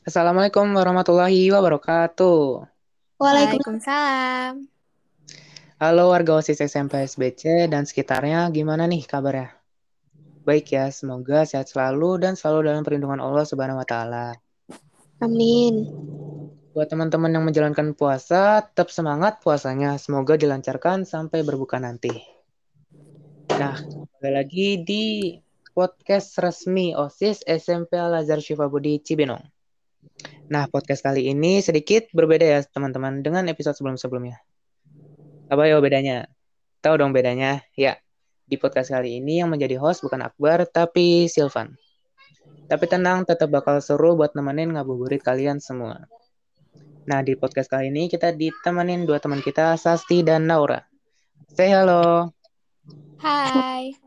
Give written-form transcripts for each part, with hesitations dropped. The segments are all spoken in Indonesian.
Assalamualaikum warahmatullahi wabarakatuh. Waalaikumsalam. Waalaikumsalam. Halo warga OSIS SMP SBC dan sekitarnya, gimana nih kabarnya? Baik ya, semoga sehat selalu dan selalu dalam perlindungan Allah Subhanahu wa taala. Amin. Buat teman-teman yang menjalankan puasa, tetap semangat puasanya. Semoga dilancarkan sampai berbuka nanti. Nah, kembali lagi di podcast resmi OSIS SMP Al-Azhar Syifabudi Cibinong. Nah, podcast kali ini sedikit berbeda ya teman-teman dengan episode sebelum-sebelumnya. Apa ya bedanya? Tahu dong bedanya? Ya, di podcast kali ini yang menjadi host bukan Akbar, tapi Silvan. Tapi tenang, tetap bakal seru buat nemenin ngabuburit kalian semua. Nah, di podcast kali ini kita ditemenin dua teman kita, Sasti dan Naura. Say halo. Hai.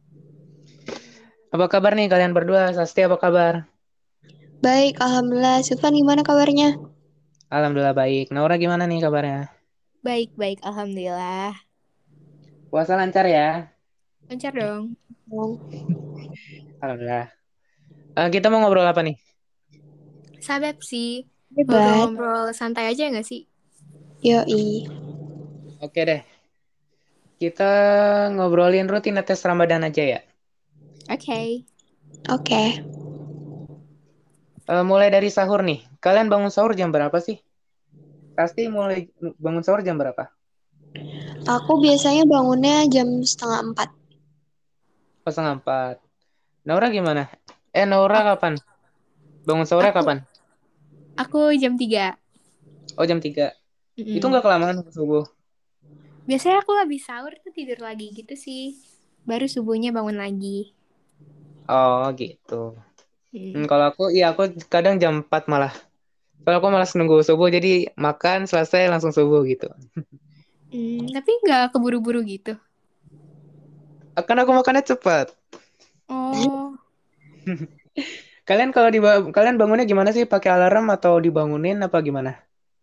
Apa kabar nih kalian berdua? Sasti apa kabar? Baik, Alhamdulillah. Sufan gimana kabarnya? Alhamdulillah baik. Naura gimana nih kabarnya? Baik-baik, Alhamdulillah. Puasa lancar ya? Lancar dong. Oh, Alhamdulillah. Kita mau ngobrol apa nih? Sabep sih. hebat. Ngobrol-ngobrol santai aja nggak sih? Yoi. Oke deh. Kita ngobrolin rutinitas Ramadan aja ya. Oke. Oke. Mulai dari sahur nih. Kalian bangun sahur jam berapa sih? Pasti mulai bangun sahur jam berapa? Aku biasanya bangunnya jam setengah 4. Pas setengah empat. Naura gimana? Naura Aku, kapan? Bangun sahurnya aku, kapan? aku jam 3. Oh jam 3. Itu Mm-mm. nggak kelamaan subuh? Biasanya aku habis sahur tuh tidur lagi gitu sih. Baru subuhnya bangun lagi. Oh gitu. Mm. Kalau aku, iya aku kadang jam 4 malah. Kalau aku malas nunggu subuh, jadi makan selesai langsung subuh gitu. Tapi nggak keburu-buru gitu. Kan aku makannya cepat. Oh, Kalian bangunnya gimana sih? Pakai alarm atau dibangunin apa gimana?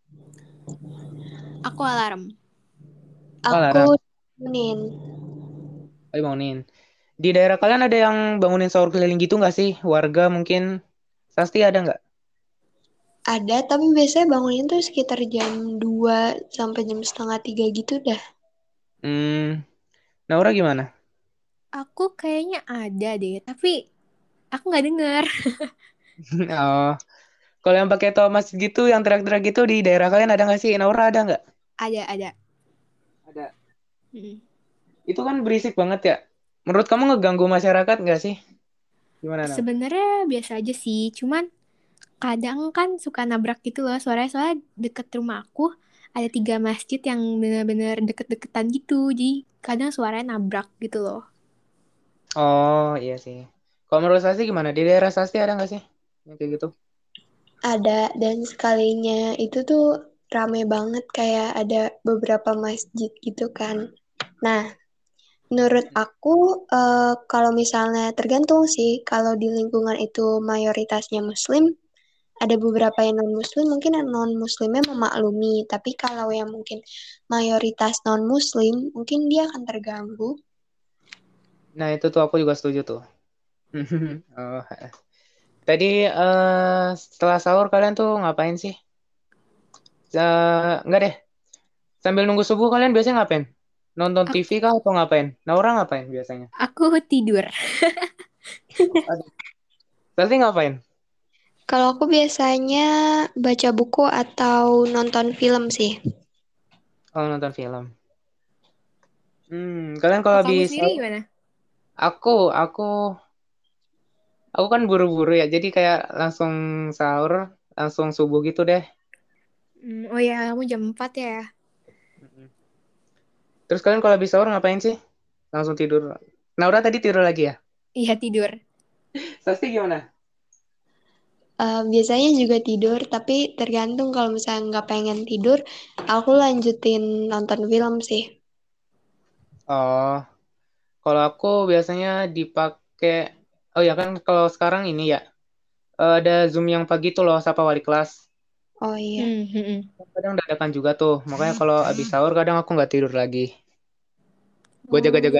aku alarm. Oh, Aku alarm. bangunin. Oh, dibangunin. Di daerah kalian ada yang bangunin sahur keliling gitu nggak sih? Warga mungkin. Pasti ada nggak? Ada, tapi biasanya bangunin tuh sekitar jam 2 sampai jam setengah 3 gitu dah. Hmm, Naura gimana? Aku kayaknya ada deh, tapi aku nggak dengar. Oh, kalau yang pakai toa masjid gitu, yang teriak-teriak gitu di daerah kalian ada nggak sih? Naura ada nggak? Ada. Ada. Mm. Itu kan berisik banget ya. Menurut kamu ngeganggu masyarakat nggak sih? Gimana, Naura? Sebenarnya biasa aja sih, cuman kadang kan suka nabrak gitu loh suaranya, soalnya deket rumah aku ada 3 masjid yang bener-bener deket-deketan gitu, jadi kadang suaranya nabrak gitu loh. Oh, iya sih. Kalau menurut Sasti gimana? Di daerah Sasti ada nggak sih? Yang kayak gitu? Ada, dan sekalinya itu tuh rame banget kayak ada beberapa masjid gitu kan. Nah, menurut aku, kalau misalnya tergantung sih, kalau di lingkungan itu mayoritasnya Muslim, ada beberapa yang non-Muslim, mungkin yang non-Muslimnya memaklumi, tapi kalau yang mungkin mayoritas non-Muslim, mungkin dia akan terganggu. Nah, itu tuh aku juga setuju tuh. Oh, tadi setelah sahur kalian tuh ngapain sih? Enggak deh. Sambil nunggu subuh kalian biasanya ngapain? Nonton TV Aku, kah atau ngapain? Naura ngapain biasanya? aku tidur. Aduh. Pasti ngapain? Kalau aku biasanya baca buku atau nonton film sih. Kalau nonton film. Kalian kalau Kalau kamu habis sendiri sahur, gimana? aku, aku, aku kan buru-buru ya, jadi kayak langsung sahur, langsung subuh gitu deh. Oh ya, kamu jam 4 ya. Mm-mm. Terus kalian kalau habis sahur ngapain sih? Langsung tidur. Naura tadi tidur lagi ya? Iya, tidur. Sasti gimana? Biasanya juga tidur, tapi tergantung kalau misalnya nggak pengen tidur, aku lanjutin nonton film sih. Oh, kalau aku biasanya dipakai, oh ya kan kalau sekarang ini ya, ada Zoom yang pagi tuh loh, sapa wali kelas. Oh iya. Hmm, hmm, hmm. Kadang dadakan juga tuh, makanya kalau habis sahur kadang aku nggak tidur lagi. Buat jaga-jaga. Oh,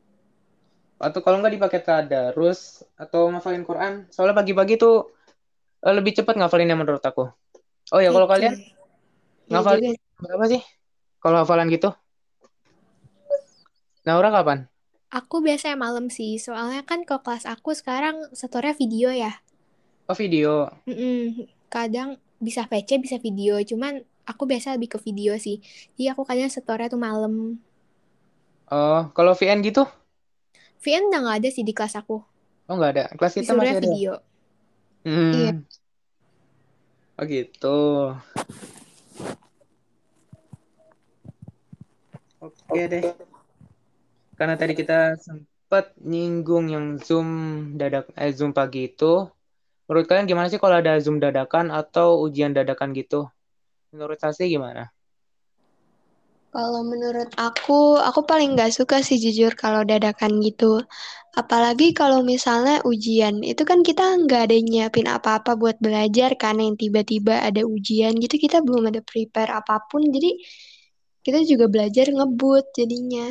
Atau kalau nggak dipakai tadarus, atau ngafalin Quran. Soalnya pagi-pagi tuh Lebih cepat ngafalinnya menurut aku. Oh ya, kalau kalian Oke. Iya ngafalin juga. berapa sih? Kalau hafalan gitu? Naura kapan? Aku biasanya malam sih, soalnya kan kalau kelas aku sekarang setornya video ya. Oh, video. Kadang bisa VC, bisa video, cuman aku biasa lebih ke video sih. Jadi aku kadang setornya tuh malam. Oh, kalau VN gitu? VN udah nggak ada sih di kelas aku. Oh, nggak ada. Kelas kita masih Disuruhnya ada. video. Iya. Hmm, oh gitu. Oke deh. Karena tadi kita sempat nyinggung yang Zoom pagi itu. Menurut kalian gimana sih kalau ada Zoom dadakan atau ujian dadakan gitu? Menurut Sasi gimana? Kalau menurut aku paling nggak suka sih jujur kalau dadakan gitu. Apalagi kalau misalnya ujian, itu kan kita nggak ada nyiapin apa-apa buat belajar kan, yang tiba-tiba ada ujian gitu, kita belum ada prepare apapun, jadi kita juga belajar ngebut jadinya.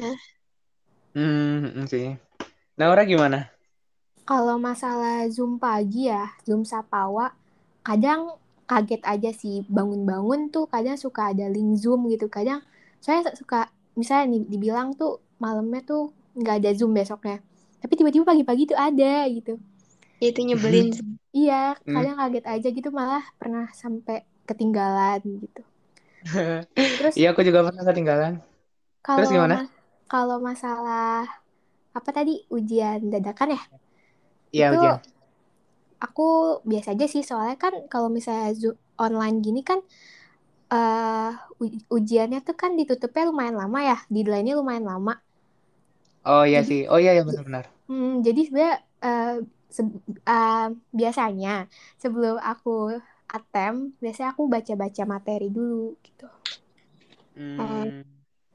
Sih. Naura gimana? Kalau masalah Zoom pagi ya, Zoom Sapawa, kadang kaget aja sih bangun-bangun tuh kadang suka ada link Zoom gitu. Kadang saya suka misalnya nih dibilang tuh malamnya tuh nggak ada Zoom besoknya. Tapi tiba-tiba pagi-pagi tuh ada gitu. Itu nyebelin sih. Iya, Hmm. kadang kaget aja gitu malah pernah sampai ketinggalan gitu. Terus Iya, aku juga pernah ketinggalan. Terus kalau gimana? mas kalau masalah apa tadi ujian dadakan ya? Iya, Itu ujian. aku biasa aja sih soalnya kan kalau misalnya online gini kan eh ujiannya tuh kan ditutupnya lumayan lama ya, deadline-nya lumayan lama. Oh iya Jadi sih. Oh iya ya benar-benar. jadi sebenarnya se- eh, biasanya sebelum aku biasanya aku baca-baca materi dulu gitu. Oh, Hmm,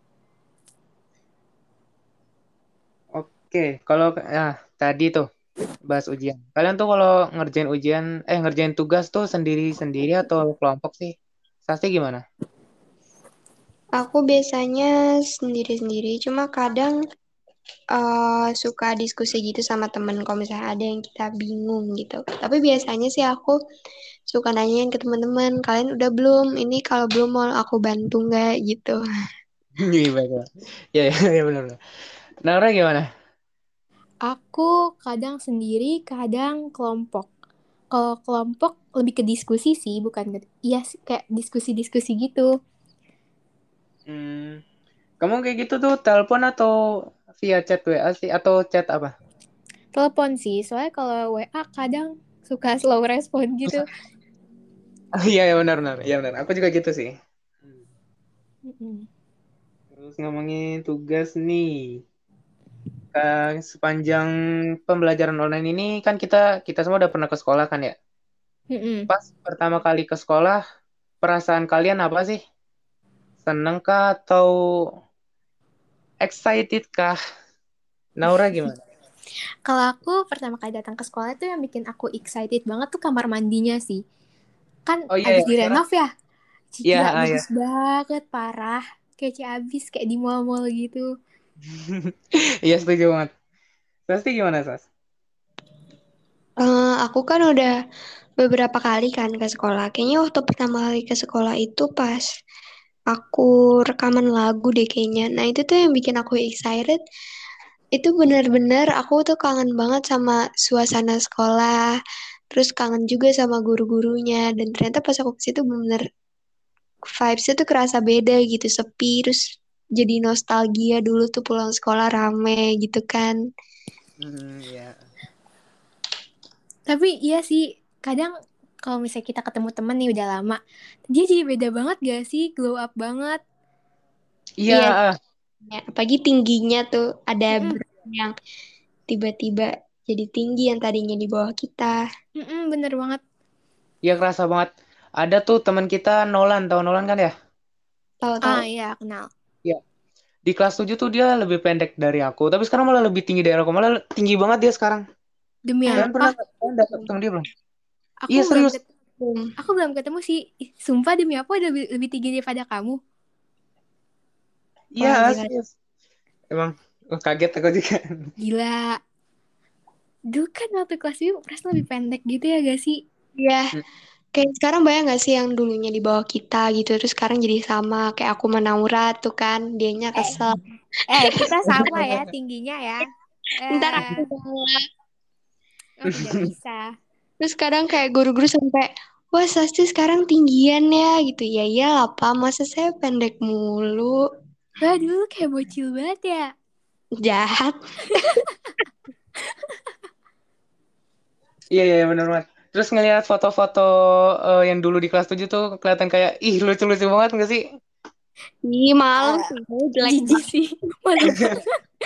oke. Kalau tadi tuh bahas ujian. Kalian tuh kalau ngerjain tugas tuh sendiri-sendiri atau kelompok sih? Sasi gimana? aku biasanya sendiri-sendiri, cuma kadang suka diskusi gitu sama temen kalau misalnya ada yang kita bingung gitu. Tapi biasanya sih aku suka nanyain ke teman-teman, kalian udah belum? Ini kalau belum mau aku bantu nggak gitu. Iya, baik. Ya, ya, ya benar. Naura gimana? Aku kadang sendiri, kadang kelompok. Kalau kelompok lebih ke diskusi sih, bukan ke, iya sih, kayak diskusi-diskusi gitu. Hmm, kamu kayak gitu tuh telepon atau via chat WA sih atau chat apa? Telepon sih, soalnya kalau WA kadang suka slow respon gitu. Oh, iya ya benar-benar. Iya benar. Aku juga gitu sih. Hmm. Mm-mm. Terus ngomongin tugas nih. Sepanjang pembelajaran online ini kan kita kita semua udah pernah ke sekolah kan ya. Mm-mm. Pas pertama kali ke sekolah, perasaan kalian apa sih? Seneng kah atau excited kah? Naura gimana? Kalau aku pertama kali datang ke sekolah itu yang bikin aku excited banget tuh kamar mandinya sih. Kan Oh iya abis ya sekarang. direnov ya, Iya, gila ya. bagus banget, parah. Kece abis kayak di mall-mall gitu. Iya setuju banget. Pasti gimana, Sas? Aku kan udah beberapa kali kan ke sekolah. Kayaknya waktu pertama kali ke sekolah itu pas aku rekaman lagu deh kayaknya. Nah itu tuh yang bikin aku excited. Itu bener-bener aku tuh kangen banget sama suasana sekolah. Terus kangen juga sama guru-gurunya. Dan ternyata pas aku ke situ bener vibes-nya tuh kerasa beda gitu. Sepi. Terus jadi nostalgia dulu tuh pulang sekolah rame gitu kan. Iya. Tapi iya sih, kadang kalau misalnya kita ketemu temen nih udah lama, dia jadi beda banget gak sih? Glow up banget. Iya, Iya, ya, apalagi tingginya tuh ada Mm-mm, yang tiba-tiba jadi tinggi yang tadinya di bawah kita. bener banget. iya kerasa banget. Ada tuh teman kita Nolan, tahu Nolan kan ya? Ah Tahu-tahu. iya, kenal. Iya. Di kelas 7 tuh dia lebih pendek dari aku, tapi sekarang malah lebih tinggi dari aku. Malah tinggi banget dia sekarang. Demi apa? Kalian dapat ketemu dia belum? Aku Iya belum serius. ket- aku belum ketemu sih. Ih, sumpah demi apa udah lebih tinggi daripada kamu? Iya Wah, gila. serius. Emang kaget aku juga. Gila. Dulu kan waktu kelas itu perasaan lebih pendek gitu ya gak sih? Iya, Hmm. kayak sekarang bayang gak sih yang dulunya di bawah kita gitu, terus sekarang jadi sama. Kayak aku sama Naura tuh kan, dianya Eh, kesel. kita sama ya tingginya ya. Ntar Eh, aku bawa. oh tidak bisa. Terus kadang kayak guru-guru sampai, wah Sasti sekarang tinggian ya gitu. Ya iyalah Pak, masa saya pendek mulu. Wah, dulu kayak bocil banget ya. Jahat. Iya, iya, bener banget. Terus ngelihat foto-foto yang dulu di kelas 7 tuh kelihatan kayak, ih, lucu-lucu banget nggak sih? Ih, malu Eh, sih, jelek jijik banget. sih. Malu banget.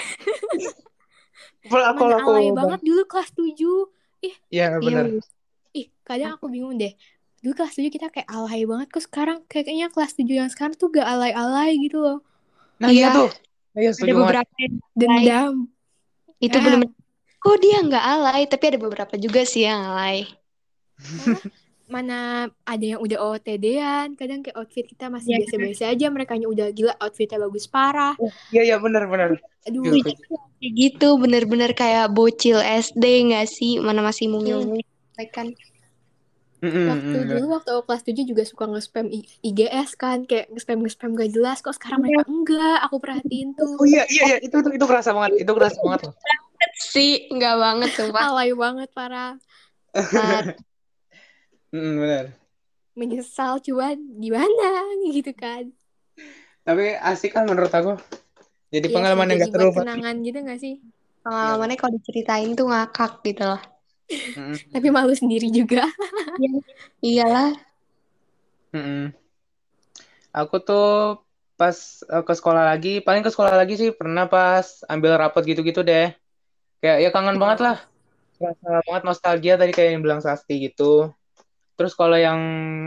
Mana Kalau aku alay bang, banget dulu kelas 7. Ih, ya Iya, bener. bener. kadang aku bingung deh. Dulu kelas 7 kita kayak alay banget. Kok sekarang kayaknya kelas 7 yang sekarang tuh gak alay-alay gitu loh. Nah, iya Iya, tuh. Iya, ada setuju banget. beberapa yang alay. Dendam. Itu Ah, bener-bener, kok dia nggak alay, tapi ada beberapa juga sih yang alay. malah mana ada yang udah OOTD-an. Kadang kayak outfit kita masih Iya, biasa-biasa aja. Merekanya udah gila, outfitnya bagus parah. Iya, iya, bener-bener. Setuju, Aduh, setuju. kayak gitu, bener-bener kayak bocil SD nggak sih? Mana masih mm. mungil-mungil, kan? Waktu dulu, Bener. waktu aku kelas 7 juga suka nge-spam IGS kan. Kayak nge-spam gak jelas. Kok sekarang mereka Iya enggak? Aku perhatiin tuh. Oh iya, iya, iya, itu kerasa banget. Itu kerasa banget loh. sih, nggak banget sumpah. Alay banget, parah. Par- Bener. Menyesal, cuman gimana gitu kan. Tapi asik kan menurut aku. Jadi Iya sih, pengalaman yang jadi gak buat terlupakan. kenangan gitu gak sih? Iya, bener. Pengalamannya kalau diceritain tuh ngakak gitu loh. Tapi Mm-mm. malu sendiri juga. Iya. Iyalah. Mm-mm. Aku tuh pas ke sekolah lagi, paling ke sekolah lagi sih pernah pas ambil rapot gitu-gitu deh. Kayak ya kangen banget lah. Rasa banget nostalgia tadi kayak yang bilang Sasti gitu. Terus kalau yang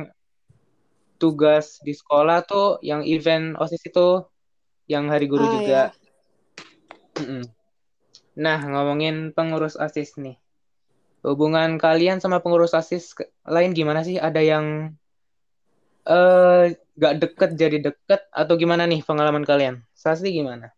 tugas di sekolah tuh, yang event OSIS itu, yang hari guru Ah juga. ya. Mm-mm. Nah, ngomongin pengurus OSIS nih. Hubungan kalian sama pengurus OSIS lain gimana sih? Ada yang gak deket jadi deket atau gimana nih pengalaman kalian? Sasti gimana?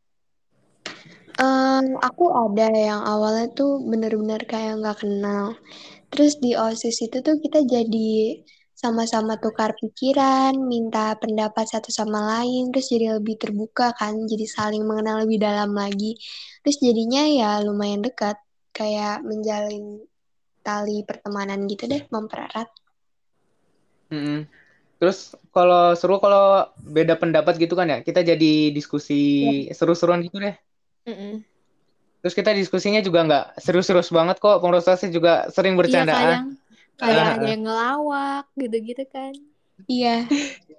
Aku ada yang awalnya tuh bener-bener kayak nggak kenal. Terus di OSIS itu tuh kita jadi sama-sama tukar pikiran, minta pendapat satu sama lain, terus jadi lebih terbuka kan, jadi saling mengenal lebih dalam lagi. Terus jadinya ya lumayan dekat, kayak menjalin tali pertemanan gitu deh, mempererat. Mm-mm. Terus kalau seru kalau beda pendapat gitu kan ya, kita jadi diskusi seru-seruan gitu deh. Mm-mm. Terus kita diskusinya juga nggak serius-serius banget kok. Pengurus OSIS juga sering Iya, bercandaan. kadang Ah, kadang ada ah. yang ngelawak gitu-gitu kan. Iya.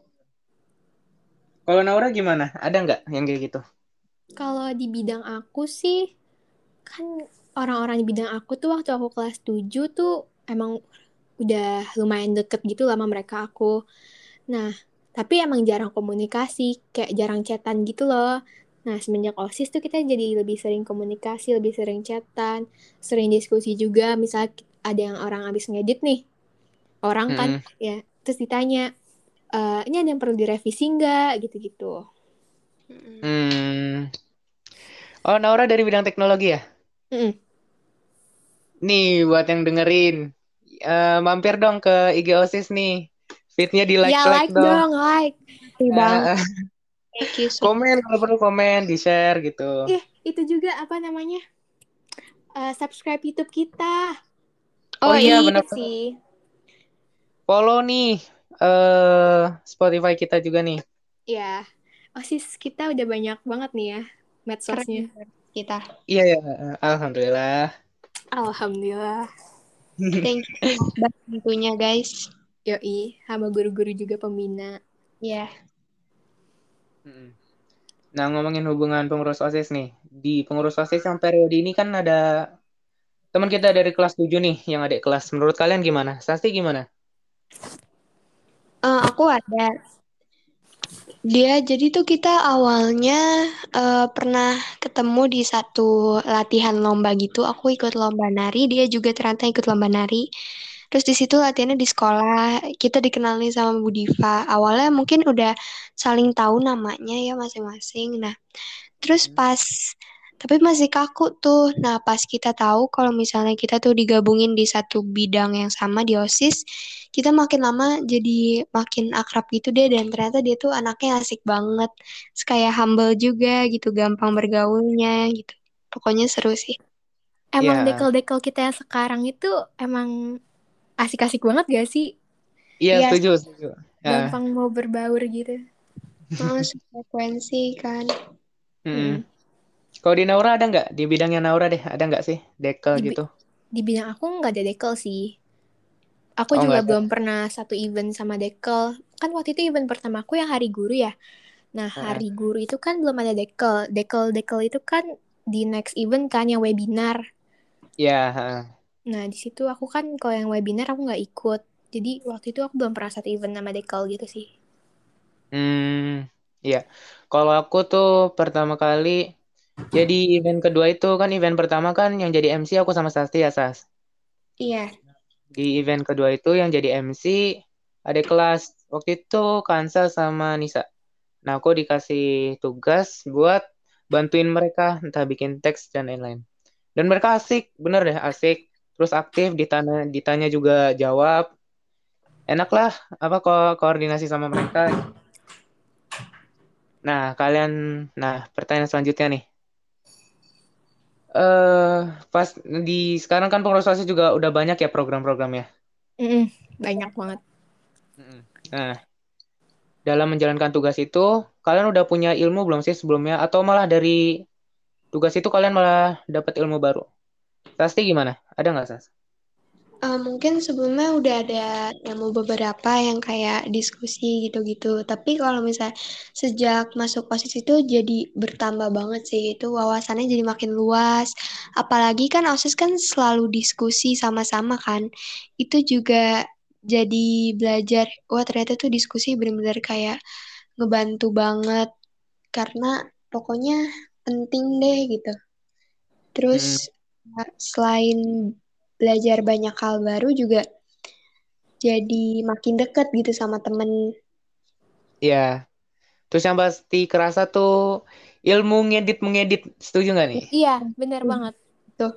Kalau Naura gimana? Ada nggak yang kayak gitu? Kalau di bidang aku sih, kan orang-orang di bidang aku tuh waktu aku kelas 7 tuh emang udah lumayan deket gitu lah sama mereka aku. Nah, tapi emang jarang komunikasi, kayak jarang chatan gitu loh. Nah, semenjak OSIS tuh kita jadi lebih sering komunikasi, lebih sering chatan, sering diskusi juga. Misalnya ada yang orang habis ngedit nih, orang kan, Mm-mm. ya, terus ditanya, ini ada yang perlu direvisi nggak? Gitu-gitu. Mm-mm. Hmm. Oh, Naura dari bidang teknologi ya? Mm-mm. Nih, buat yang dengerin, mampir dong ke IG OSIS nih. Feednya di Ya, like-like like dong. dong, like. Makasih banget, Eh, thank you so komen kalau perlu komen, di-share gitu. Itu juga apa namanya? Subscribe YouTube kita. Oh Oh iya, iya, Itu benar. sih. Follow nih Spotify kita juga nih. Ya, OSIS kita udah banyak banget nih ya keren medsosnya. kita. Iya ya, alhamdulillah. Alhamdulillah. Thank you banget tentunya guys. Yoi, sama guru-guru juga pembina. Iya. Mm-mm. Nah, ngomongin hubungan pengurus OSIS nih. Di pengurus OSIS yang periode ini kan ada teman kita dari kelas 7 nih, yang adik kelas. Menurut kalian gimana? Sasti gimana? Aku ada. Dia jadi tuh kita awalnya pernah ketemu di satu latihan lomba gitu. Aku ikut lomba nari, dia juga ternyata ikut lomba nari. Terus di situ latihannya di sekolah, kita dikenalin sama Bu Diva. Awalnya mungkin udah saling tahu namanya ya masing-masing. Nah, terus pas Tapi masih kaku tuh. Nah, pas kita tahu kalau misalnya kita tuh digabungin di satu bidang yang sama di OSIS, kita makin lama jadi makin akrab gitu deh. Dan ternyata dia tuh anaknya asik banget. Terus kayak humble juga gitu, gampang bergaulnya gitu. Pokoknya seru sih. Emang Ya, dekel-dekel kita yang sekarang itu emang asik-asik banget gak sih? iya Iya, setuju, setuju. Ya. Gampang mau berbaur gitu. frekuensi kan. Mm-mm. Mm-mm. Kalau di Naura ada nggak? Di bidangnya Naura deh, ada nggak sih dekel Di, gitu? di bidang aku nggak ada dekel sih. Aku Oh juga nggak ada. belum pernah satu event sama dekel. Kan waktu itu event pertama aku yang hari guru ya. Nah, Heeh. hari guru itu kan belum ada dekel. Dekel-dekel itu kan di next event kan yang webinar. Ya, heeh. Nah, di situ aku kan kalau yang webinar aku nggak ikut. Jadi waktu itu aku belum pernah satu event sama dekel gitu sih. Iya. Kalau aku tuh pertama kali jadi event kedua itu kan event pertama kan yang jadi MC aku sama Sasti ya Sas. Iya. Di event kedua itu yang jadi MC ada kelas waktu itu Kansa sama Nisa. Nah aku dikasih tugas buat bantuin mereka entah bikin teks dan lain-lain. Dan mereka asik, bener deh asik. Terus aktif ditanya juga jawab. Enak lah apa koordinasi sama mereka. Nah kalian, nah pertanyaan selanjutnya nih. eh Pas di sekarang kan pengurus juga udah banyak ya program-programnya. Mm-mm, banyak banget. Mm-mm. Nah, dalam menjalankan tugas itu, kalian udah punya ilmu belum sih sebelumnya? Atau malah dari tugas itu kalian malah dapat ilmu baru? Pasti gimana? Ada nggak, Sas? Mungkin sebelumnya udah ada ilmu beberapa yang kayak diskusi gitu-gitu. Tapi kalau misalnya sejak masuk OSIS itu jadi bertambah banget sih. Itu wawasannya jadi makin luas. Apalagi kan OSIS kan selalu diskusi sama-sama kan. Itu juga jadi belajar. Wah ternyata tuh diskusi bener-bener kayak ngebantu banget. Karena pokoknya penting deh gitu. Terus Mm-mm. selain belajar banyak hal baru juga jadi makin deket gitu sama temen. Iya. Terus yang pasti kerasa tuh ilmu ngedit mengedit. Setuju nggak nih? Iya, bener banget. Tuh,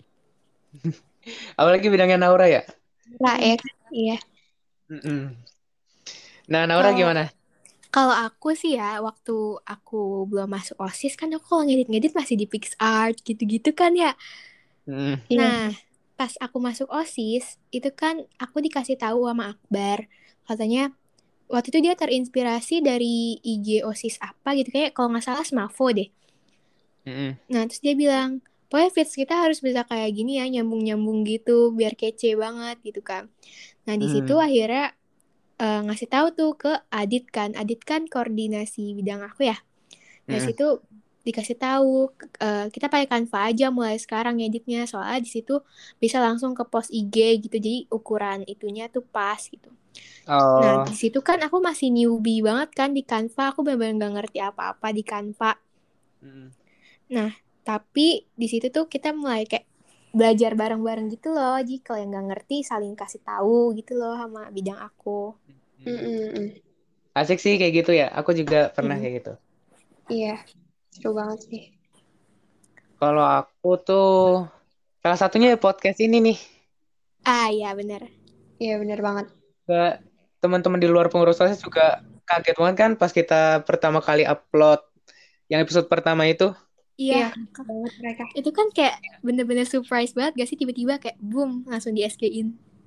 Apalagi bidangnya Naura ya. lah Mm-mm. ya kan? Iya. Mm-mm. Nah, Naura Kalau gimana? kalau aku sih ya, waktu aku belum masuk OSIS kan aku kalau ngedit-ngedit masih di PixArt gitu-gitu kan ya. Mm. Iya. Nah, pas aku masuk OSIS, itu kan aku dikasih tahu sama Akbar. Katanya, waktu itu dia terinspirasi dari IG OSIS apa gitu. Kayak kalau nggak salah Smavo deh. Mm-mm. Nah, terus dia bilang, pokoknya fits kita harus bisa kayak gini ya, nyambung-nyambung gitu, biar kece banget gitu kan. Nah, di situ Mm. akhirnya ngasih tahu tuh ke Adit kan. Adit kan koordinasi bidang aku ya. Nah, Mm-mm. situ dikasih tahu kita pakai Canva aja mulai sekarang ngeditnya soalnya di situ bisa langsung ke post IG gitu. Jadi ukuran itunya tuh pas gitu. Nah, Oh. di situ kan aku masih newbie banget kan di Canva. Aku benar-benar nggak ngerti apa-apa di Canva. Mm. Nah, tapi di situ tuh kita mulai kayak belajar bareng-bareng gitu loh. Jadi kalau yang nggak ngerti saling kasih tahu gitu loh sama bidang aku. Mm. Mm-mm-mm. Asik sih kayak gitu ya. Aku juga pernah Mm-mm. kayak gitu. Iya, seru banget sih. Kalau aku tuh salah satunya ya podcast ini nih. Ah, iya bener. Iya, bener banget. Juga teman-teman di luar pengurus OSIS juga kaget banget kan pas kita pertama kali upload yang episode pertama itu. Iya, Iya, keren banget mereka. itu kan kayak bener-bener surprise banget gak sih tiba-tiba kayak boom langsung di SG-in.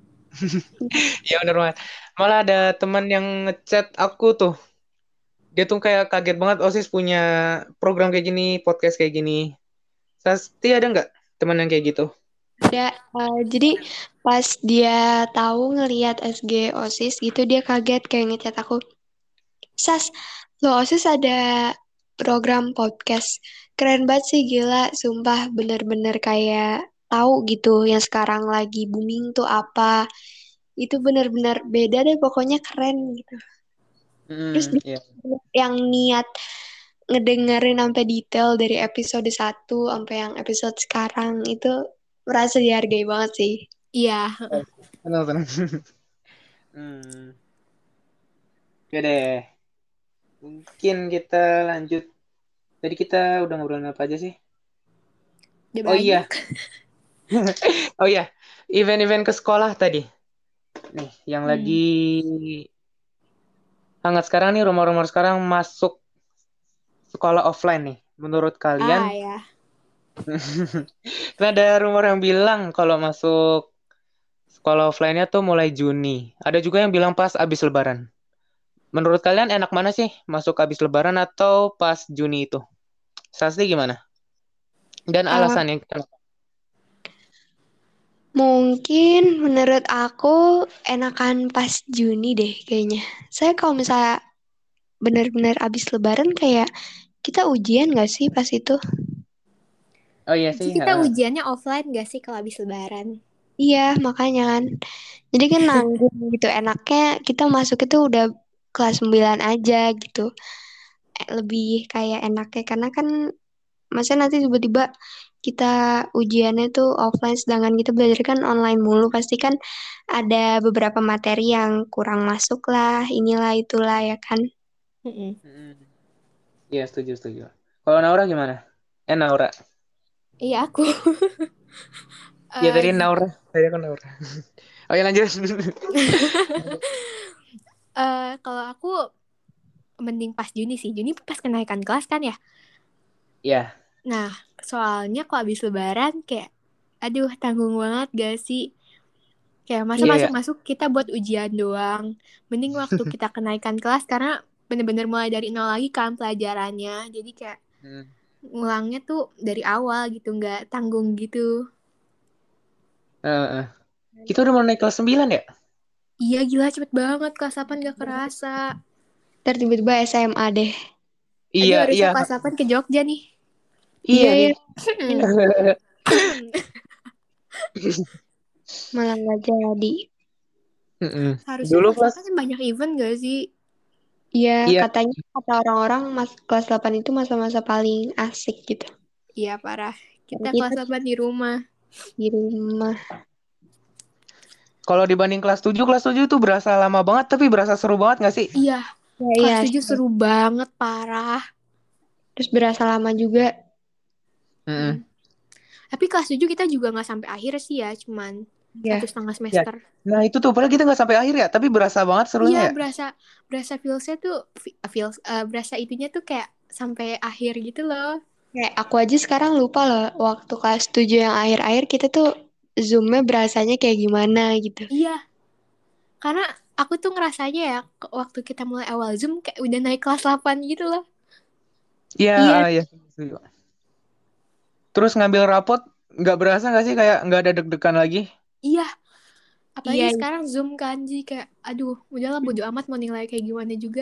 Ya bener banget. Malah ada teman yang ngechat aku tuh. Dia tuh kayak kaget banget OSIS punya program kayak gini, podcast kayak gini. Pasti ada nggak teman yang kayak gitu? Ada, jadi pas dia tahu ngelihat SG OSIS gitu, dia kaget kayak ngechat aku, Sas, lo OSIS ada program podcast. Keren banget sih, gila. Sumpah bener-bener kayak tahu gitu yang sekarang lagi booming tuh apa. Itu bener-bener beda deh, pokoknya keren gitu. Terus Hmm, dia iya. yang niat ngedengerin sampai detail dari episode satu sampai yang episode sekarang itu merasa dihargai banget sih. Iya, Tenang, tenang. Hmm, oke deh. Mungkin kita lanjut. Tadi kita udah ngobrolin apa aja sih? Udah Oh banyak. iya, oh iya, event-event ke sekolah tadi. Nih, yang lagi hangat sekarang nih, rumor-rumor sekarang masuk sekolah offline nih. Menurut kalian, Ah ya. kan ada rumor yang bilang kalau masuk sekolah offline-nya tuh mulai Juni. Ada juga yang bilang pas abis Lebaran. Menurut kalian enak mana sih? Masuk abis Lebaran atau pas Juni itu? Sasti gimana? Dan Eh, alasannya kenapa? Mungkin menurut aku enakan pas Juni deh kayaknya. Saya kalau misalnya benar-benar abis Lebaran kayak kita ujian nggak sih pas itu? Oh iya Jadi sih. kita ujiannya offline gak sih kalau habis lebaran? Iya, makanya kan. Jadi kan nanggung gitu. Enaknya kita masuk itu udah kelas 9 aja gitu. Lebih kayak enaknya karena kan masa nanti tiba-tiba kita ujiannya tuh offline sedangkan kita belajar kan online mulu pasti kan ada beberapa materi yang kurang masuk lah, inilah itulah ya kan. Mm-mm. Mm. Iya, setuju, setuju. Kalau Naura gimana? Naura. Iya aku. Iya, tadi Eh, Naura. Tadi aku Naura. Oh ya, lanjut. kalau aku mending pas Juni sih. Juni pas kenaikan kelas kan ya. Iya. Nah, soalnya kalau habis lebaran kayak aduh tanggung banget gak sih? Kayak masa Iya, ya. masuk-masuk kita buat ujian doang. Mending waktu kita kenaikan kelas karena bener-bener mulai dari nol lagi kan pelajarannya. Jadi kayak Hmm. ngulangnya tuh dari awal gitu, nggak tanggung gitu. Eh, eh. Kita udah mau naik kelas 9 ya? Iya gila cepet banget kelas 8 gak kerasa. Ntar tiba-tiba SMA deh. Aduh Iya, harusnya iya. kelas 8 ke Jogja nih. Iya Iya ya, nih. malah nggak jadi. Mm-mm. Harusnya Dulu kelas kelas 8 kan banyak event gak sih? Iya, iya. katanya kata orang-orang kelas 8 itu masa-masa paling asik gitu. Iya parah. Dan Kita kelas kita 8 di rumah. di rumah. Kalau dibanding kelas 7 tuh berasa lama banget tapi berasa seru banget gak sih? Iya, Ya, kelas iya, 7 seru banget parah. terus berasa lama juga. Mm. Mm-mm. Tapi kelas 7 kita juga nggak sampai akhir sih ya, cuman satu Ya, setengah Ya. semester. Nah, itu tuh padahal kita nggak sampai akhir ya, tapi berasa banget Iya, serunya ya. berasa berasa feelsnya tuh berasa itunya tuh kayak sampai akhir gitu loh. kayak aku aja sekarang lupa loh waktu kelas 7 yang akhir-akhir kita tuh Zoom-nya berasanya kayak gimana gitu. Iya, karena aku tuh ngerasanya ya waktu kita mulai awal Zoom kayak udah naik kelas 8 gitu loh. Iya, Iya, iya. Setuju. Terus ngambil rapot nggak berasa nggak sih kayak nggak ada deg-degan lagi? Iya, apalagi iya, sekarang Zoom kan jadi kayak aduh, udahlah bodo amat mau nilai kayak gimana juga.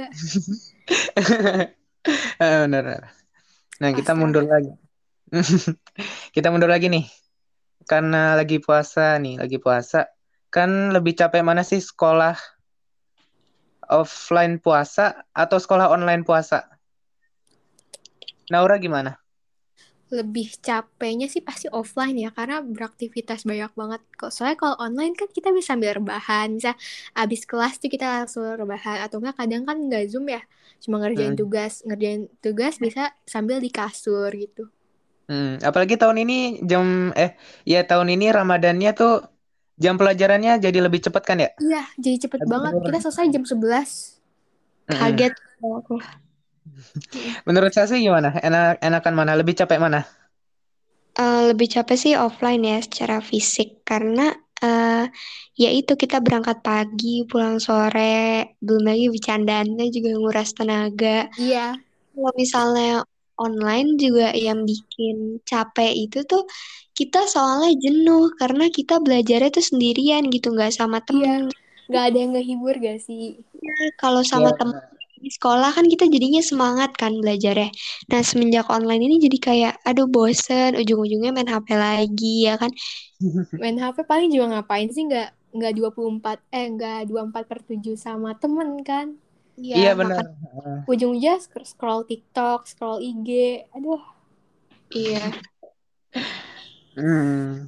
Benar. Nah, kita Pasrah. mundur lagi. Kita mundur lagi nih. Karena lagi puasa nih, lagi puasa. Kan lebih capek mana sih sekolah offline puasa atau sekolah online puasa? Naura gimana? Lebih capeknya sih pasti offline ya karena beraktivitas banyak banget kok. Soalnya kalau online kan kita bisa sambil rebahan, bisa abis kelas tuh kita langsung rebahan atau enggak kadang kan nggak Zoom ya, cuma Hmm. ngerjain tugas bisa sambil di kasur gitu. Apalagi tahun ini ya tahun ini Ramadannya tuh jam pelajarannya jadi lebih cepat kan ya? Iya, jadi cepet Lebih banget. menurun. Kita selesai jam 11. Mm-mm. kaget aku. Mm-mm. Menurut saya sih gimana? Enakan mana? Lebih capek mana? Lebih capek sih offline ya secara fisik karena eh ya itu kita berangkat pagi, pulang sore, belum lagi bercandaannya juga nguras tenaga. Iya, Kalau misalnya online juga yang bikin capek itu tuh kita soalnya jenuh karena kita belajarnya tuh sendirian gitu nggak sama iya. temen. Nggak ada yang ngehibur gak sih? Kalau sama Iya temen benar. di sekolah kan kita jadinya semangat kan belajarnya. Nah semenjak online ini jadi kayak aduh bosen, ujung-ujungnya main HP lagi ya kan. Main HP paling juga ngapain sih nggak 24/7 sama temen kan? Iya Iya benar. makan Ujung-ujungnya scroll TikTok, scroll IG. Aduh, iya. Hmm.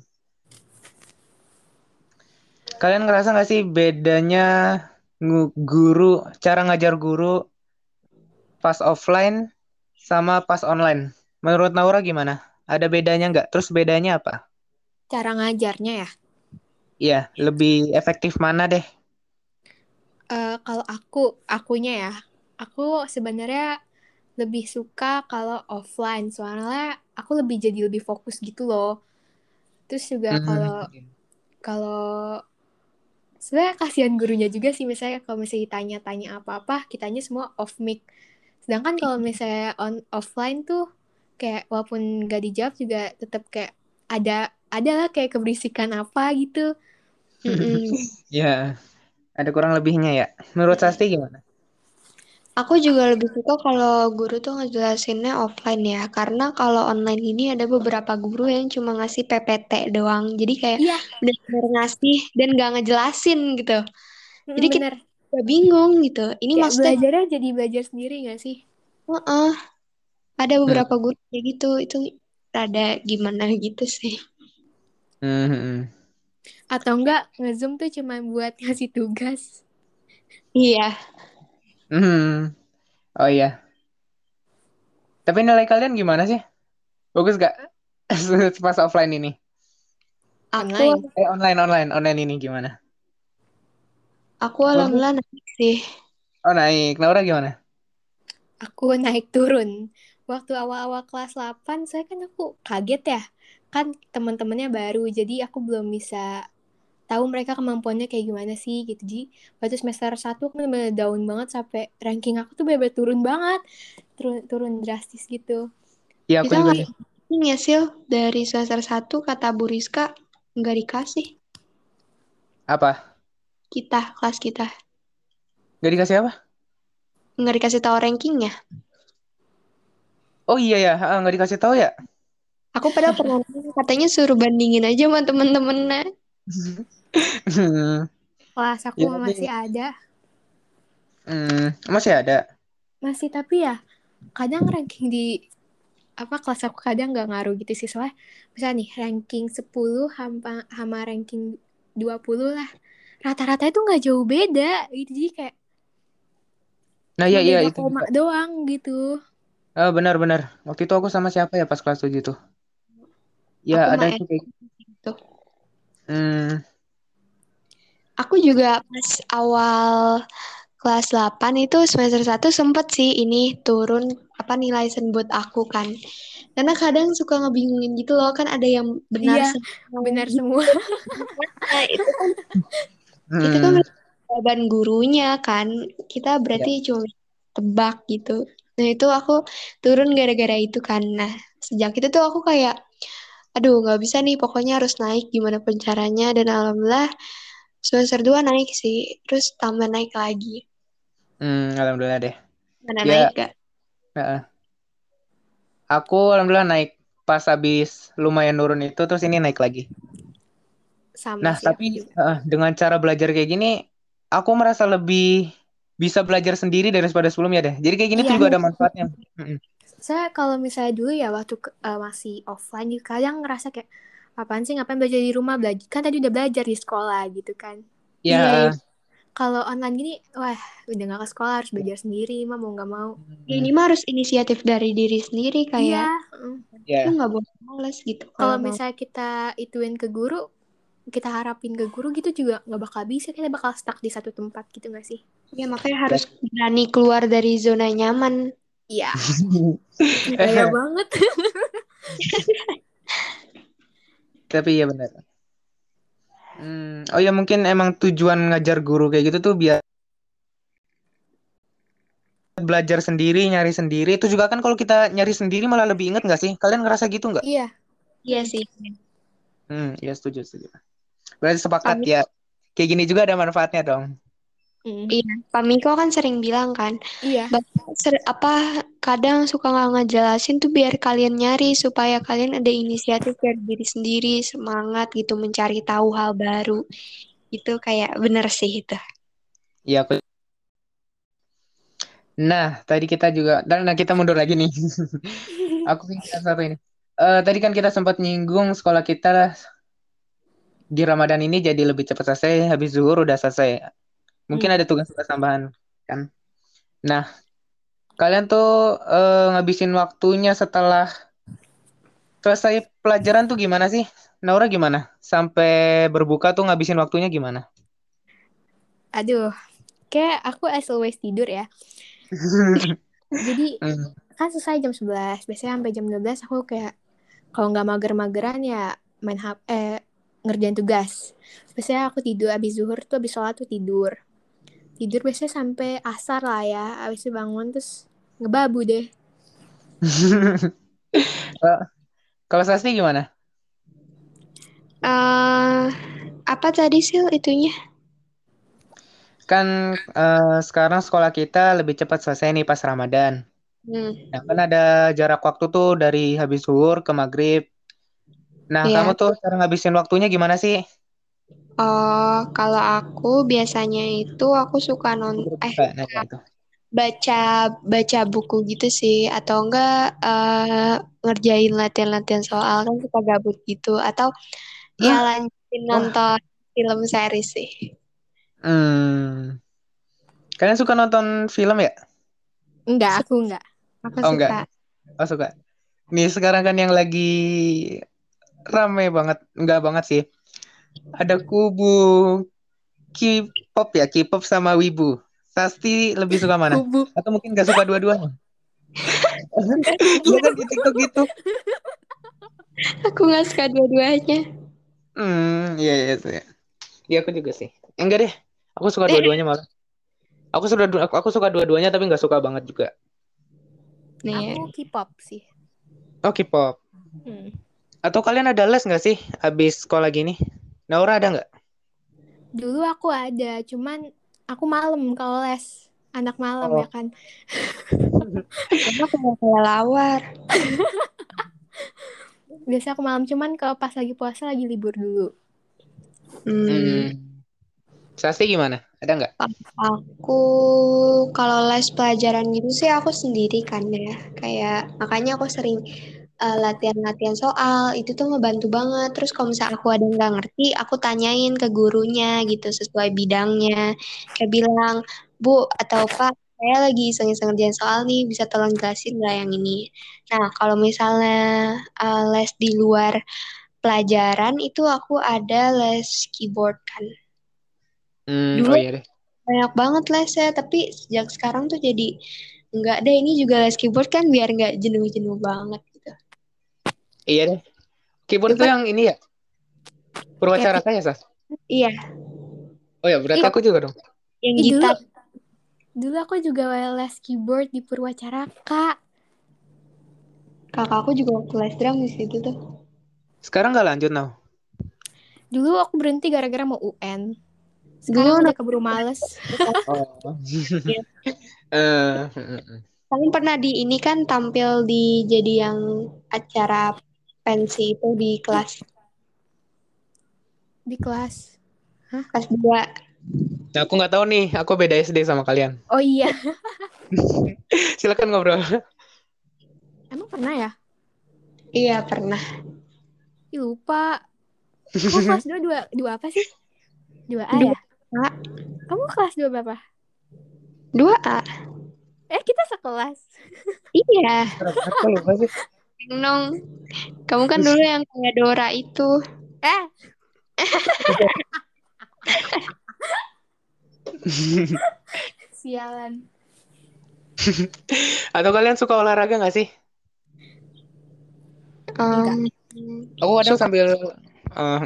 Kalian ngerasa nggak sih bedanya guru, cara ngajar guru pas offline sama pas online? Menurut Naura gimana? Ada bedanya nggak? Terus bedanya apa? Cara ngajarnya ya. Iya, lebih efektif mana deh? Kalau akunya ya, aku sebenarnya lebih suka kalau offline, soalnya aku jadi lebih fokus gitu loh. Terus juga kalau Iya. kalau sebenarnya kasihan gurunya juga sih, misalnya kalau misalnya ditanya-tanya apa-apa, kitanya semua off mic. Sedangkan kalau misalnya offline tuh kayak walaupun gak dijawab juga tetap kayak ada lah kayak keberisikan apa gitu. Mm-mm. Ya, ada kurang lebihnya ya. Menurut Mm-mm. Sasti gimana? Aku juga lebih suka kalau guru tuh ngejelasinnya offline ya, karena kalau online ini ada beberapa guru yang cuma ngasih PPT doang, jadi kayak Iya, benar-benar ngasih dan gak ngejelasin gitu. Jadi kita bener. udah bingung gitu. Ini Kayak maksudnya, belajarnya jadi belajar sendiri gak sih? heeh, ada Hmm. beberapa guru kayak gitu, itu rada gimana gitu sih. Hmm, hmm, hmm. Atau enggak nge-zoom tuh cuma buat ngasih tugas. Iya, Hmm. Oh iya. Tapi nilai kalian gimana sih? Bagus gak? Pas offline ini? aku Online. Online ini gimana? aku Bagus. alhamdulillah naik sih. Oh naik. Naura gimana? Aku naik turun. Waktu awal-awal kelas 8, saya kan aku kaget ya. Kan teman-temannya baru, jadi aku belum bisa tahu mereka kemampuannya kayak gimana sih gitu. Jadi waktu semester 1 aku bener-bener down banget sampai ranking aku tuh bener-bener turun banget. Turun, turun drastis gitu. Iya aku Kita juga nggak nih. ini ya, Sil, dari semester 1 kata Bu Rizka nggak dikasih Apa? kita, kelas kita. Gak dikasih apa? Nggak dikasih tahu rankingnya. Oh iya ya, nggak dikasih tahu ya. Aku padahal pernah nanya, katanya suruh bandingin aja sama temen-temennya. Hmm. Kelas aku Ya tapi masih ada. masih ada. Masih tapi ya kadang ranking di apa kelas aku kadang nggak ngaruh gitu sih, soalnya misalnya nih ranking 10 sama ranking 20 lah, rata-rata itu nggak jauh beda gitu, jadi kayak Nah ya cuma iya beda itu koma juga. doang gitu. Benar-benar. Waktu itu aku sama siapa ya pas kelas 7 tuh? Ya Aku ada mah tuh kayak. gitu. Hmm. Aku juga pas awal kelas 8 itu semester 1 sempet sih ini turun apa nilai senbut aku kan. Karena kadang suka ngebingungin gitu loh, kan ada yang benar Iya, semua benar gitu. semua. Nah, itu kan Hmm. jawaban gurunya kan. Kita Ya. berarti cuma tebak gitu. Nah, itu aku turun gara-gara itu kan. Nah, sejak itu tuh aku kayak aduh nggak bisa nih, pokoknya harus naik gimana pun caranya, dan alhamdulillah semester 2 naik sih, terus tambah naik lagi. Alhamdulillah deh. Mana Ya, naik gak? heeh. Aku alhamdulillah naik pas habis lumayan nurun itu terus ini naik lagi. Sama Nah, sih tapi aku juga. dengan cara belajar kayak gini, aku merasa lebih bisa belajar sendiri daripada sebelumnya deh. Jadi kayak gini tuh Iya, juga ada manfaatnya. Mm-mm. saya kalau misalnya dulu ya waktu masih offline juga kadang ngerasa kayak apaan sih ngapain belajar di rumah, belajar kan tadi udah belajar di sekolah gitu kan. Iya, iya. Ya, Kalau online gini, wah udah gak ke sekolah harus belajar sendiri mah mau nggak mau. Ya, ini mah harus inisiatif dari diri sendiri, Iya, kayak itu ya. nggak boleh males gitu kalau kalau mau. misalnya kita ituin ke guru, kita harapin ke guru gitu juga nggak bakal bisa, kita bakal stuck di satu tempat gitu nggak sih? Ya makanya harus berani keluar dari zona nyaman. Iya, gaya banget. Tapi iya benar. Oh ya mungkin emang tujuan ngajar guru kayak gitu tuh biar belajar sendiri, nyari sendiri. Itu juga kan kalau kita nyari sendiri malah lebih inget nggak sih? Kalian ngerasa gitu nggak? Iya. Iya sih. Ya setuju, setuju. Berarti sepakat Pamiko, ya. Kayak gini juga ada manfaatnya dong. Mm. iya, Pamiko kan sering bilang kan, Iya. Bapak apa kadang suka nggak ngejelasin tuh biar kalian nyari supaya kalian ada inisiatif dari diri sendiri, semangat gitu mencari tahu hal baru. Itu kayak bener sih itu. Iya, aku. Nah, tadi kita juga, dan nah kita mundur lagi nih. Aku ingat satu ini. Tadi kan kita sempat nyinggung sekolah kita di Ramadan ini jadi lebih cepat selesai, habis zuhur udah selesai. Mungkin Mm. ada tugas-tugas tambahan, kan? Nah, kalian tuh ngabisin waktunya setelah Selesai pelajaran tuh gimana sih? Naura gimana? Sampai berbuka tuh ngabisin waktunya gimana? Aduh, kayak aku as always tidur ya. Jadi Hmm. kan selesai jam 11. Biasanya sampai jam 12 aku kayak kalau nggak mager-mageran ya main HP, ngerjain tugas. Biasanya aku tidur abis zuhur tuh, abis sholat tuh tidur. Tidur biasanya sampai asar lah ya. Abis itu bangun terus ngebabu deh. Eh, Kalau Sasti gimana? eh apa tadi sih itunya? Kan sekarang sekolah kita lebih cepat selesai nih pas Ramadan. Hmm. Nah, kan ada jarak waktu tuh dari habis zuhur ke maghrib. Nah, kamu Ya. tuh cara ngabisin waktunya gimana sih? Oh, kalau aku biasanya itu aku suka Berbuka, nah ya itu. baca baca buku gitu sih, atau enggak ngerjain latihan-latihan soal, kan suka gabut gitu, atau ya Hah? lanjutin Wah. nonton film series sih. Hmm. Kalian suka nonton film ya? Enggak, Su- aku enggak. Aku Oh enggak. suka. Oh suka. Nih sekarang kan yang lagi rame banget. Enggak banget sih. Ada kubu K-pop ya, K-pop sama Wibu. Sasti lebih suka mana? Kubu. Atau mungkin nggak suka dua-duanya? Iya kan di TikTok gitu. Aku nggak suka dua-duanya. Iya iya iya. Iya aku juga sih. Enggak deh. Aku suka dua-duanya malah. Aku suka dua-duanya tapi nggak suka banget juga. Nih, Aku K-pop sih. Oh K-pop. Hmm. Atau kalian ada les nggak sih abis sekolah gini? Naura ada nggak? Dulu aku ada, cuman aku malam kalau les. Anak malam ya Oh. kan. karena kayak lawar. Biasa aku malam, cuman kalau pas lagi puasa lagi libur dulu. Hmm. Hmm. Sasti gimana? Ada nggak? Aku kalau les pelajaran gitu sih aku sendiri kan ya. Kayak makanya aku sering latihan-latihan soal itu tuh ngebantu banget. Terus kalau misalnya aku ada yang nggak ngerti, aku tanyain ke gurunya gitu sesuai bidangnya. Kayak bilang, Bu atau Pak, saya lagi iseng-iseng ngerjain soal nih, bisa tolong jelasin nggak yang ini? Nah, kalau misalnya les di luar pelajaran itu aku ada les keyboard kan. Oh Dulu iya deh. banyak banget lesnya, tapi sejak sekarang tuh jadi enggak deh, ini juga les keyboard kan biar nggak jenuh-jenuh banget gitu. Iya deh. Keyboard Itu itu kan yang ini ya? Kayak Purwacaraka ya, Sas? iya, Oh ya, berarti ih, aku juga dong. yang ih dulu gitar. dulu aku juga les keyboard di Purwacaraka. Kakakku juga waktu les drum di situ tuh. Sekarang nggak lanjut, now. Dulu aku berhenti gara-gara mau UN. Dulu Sekarang udah nonton keburu males. Oh. ya. Eh, Kalian pernah di ini kan tampil di jadi yang acara pensi itu di kelas Di kelas. Hah? kelas 2. Nah, aku nggak tahu nih, aku beda SD sama kalian. Oh iya, Silakan ngobrol. emang pernah ya? Iya, pernah. Ih, lupa. Kamu kelas 2 dua apa sih? 2A Dua ya? A, Kamu kelas 2 berapa? 2A. Kita sekelas. Iya, Kenapa aku lupa sih? Nong. Kamu kan dulu yang kayak Dora itu. Eh, sialan. Atau kalian suka olahraga nggak sih? Enggak. Em, Aku kadang suka sambil eh,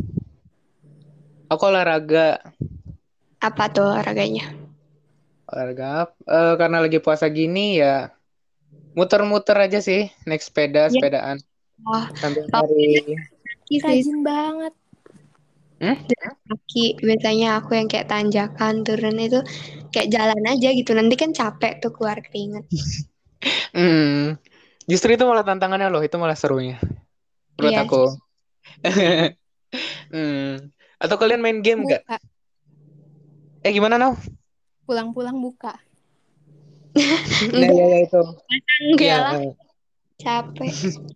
aku olahraga apa tuh olahraganya? olahraga karena lagi puasa gini ya muter-muter aja sih, naik sepeda, Ya, sepedaan oh, sambil oh, nyari. kaki sih, Rajin banget. Hmm? kaki. Biasanya aku yang kayak tanjakan turun itu kayak jalan aja gitu. Nanti kan capek tuh keluar keringat. Hmm. Justru itu malah tantangannya loh, itu malah serunya menurut Iya, aku. Hmm. Atau kalian main game nggak? Buka. Gimana now? Pulang-pulang buka. Nah enggak, ya itu. Ya, enggak lah, capek.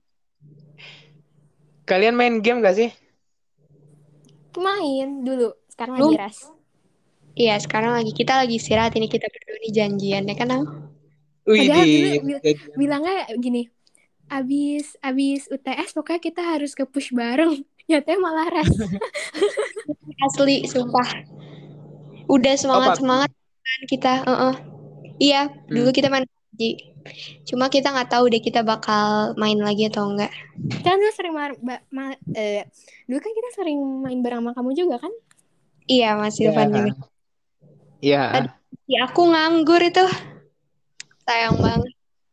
kalian main game nggak sih? Main dulu. Sekarang lagi Belum. ras. Iya, sekarang kita lagi istirahat ini kita berdua nih janjian ya kan, Am? Wih di Padahal dulu bilangnya gini. abis UTS pokoknya kita harus ke push bareng. Nyatanya malah res. Asli, sumpah. Udah Oh, Pak. semangat-semangat kan kita. Iya, dulu kita main PUBG. Cuma kita nggak tahu deh kita bakal main lagi atau enggak. Kan lu sering dulu kan kita sering main bareng sama kamu juga kan? Iya, Mas Ilvan juga. Iya. Tadi aku nganggur itu. Sayang banget.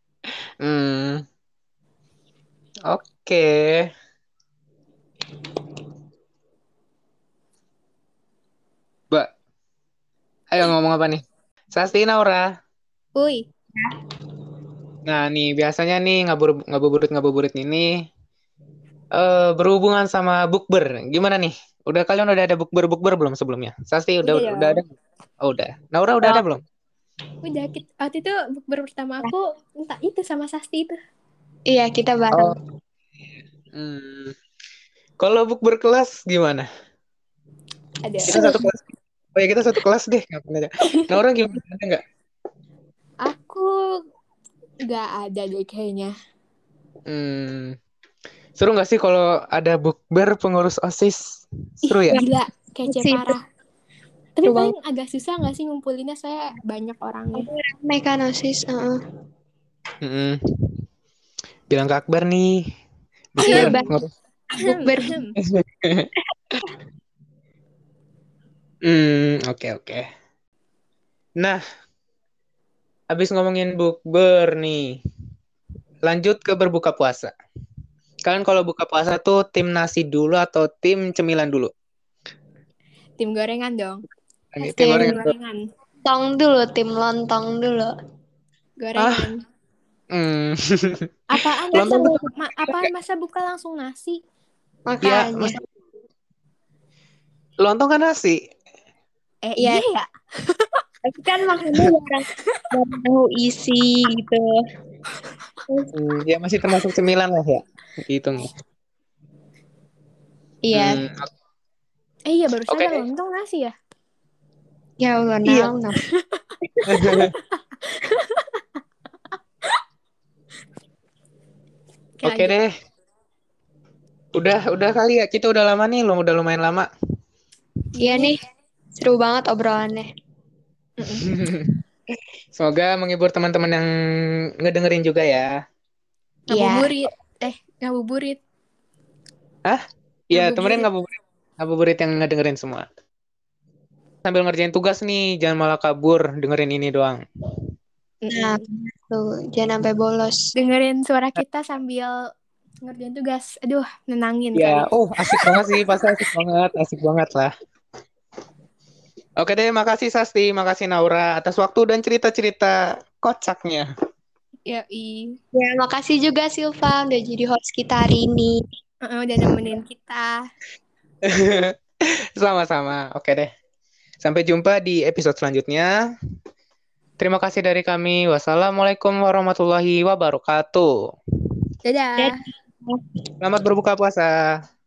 Oke. Mbak, ayo ngomong apa nih? Sasti, Naura. Uy, Nah, nih biasanya nih ngabuburit ini berhubungan sama bukber. Gimana nih? Kalian udah ada bukber belum sebelumnya? Sasti udah udah ada? dong. Oh, udah. Naura udah ada belum? Udah, waktu itu bukber pertama aku entah itu sama Sasti itu. Iya, kita Oh. bareng. Kalau bukber kelas gimana? Ada. Kita satu kelas. Oh ya, kita satu kelas deh. Ngapain aja. Naura gimana? Ada nggak? Aku nggak ada deh kayaknya. Seru nggak sih kalau ada bukber pengurus OSIS? Seru ya? Gila, kece Sih. parah. Tapi Seru paling agak susah nggak sih ngumpulinnya, saya banyak orangnya. Ramai kan OSIS. Mm-mm. Bilang ke Akbar nih. Iya, Bukber. bukber. Oke. Nah, habis ngomongin bukber nih, lanjut ke berbuka puasa. Kalian kalau buka puasa tuh tim nasi dulu atau tim cemilan dulu? Tim gorengan dong. Tim Tim gorengan. gorengan. Lontong dulu, tim lontong dulu. Gorengan. Apaan Lontong tuh apaan masa buka langsung nasi? ya, Makanya. lontong kan nasi. Iya. Iya ya. Tapi kan makannya jarang tahu isi gitu. Ya masih termasuk cemilan lah ya. Hitung. Iya. Iya baru Oke. sadar lontong nasi ya. Ya Allah, Iya. nah. Oke deh. Udah kali ya, kita udah lama nih, udah lumayan lama. Iya nih, seru banget obrolannya. Semoga menghibur teman-teman yang ngedengerin juga ya. Ngabuburit. Ngabuburit. Hah? Iya, temenin ngabuburit yang ngedengerin semua. Sambil ngerjain tugas nih, jangan malah kabur dengerin ini doang. Nah, tuh, jangan sampai bolos. Dengerin suara kita sambil ngerjain tugas. Aduh, nenangin Ya, kali. asik banget sih, pasti asik banget lah. Oke deh, makasih Sasti, makasih Naura atas waktu dan cerita-cerita kocaknya. Ya, makasih juga Silva udah jadi host kita hari ini. udah nemenin kita. Sama-sama, oke deh. Sampai jumpa di episode selanjutnya. Terima kasih dari kami. Wassalamualaikum warahmatullahi wabarakatuh. Dadah. Selamat berbuka puasa.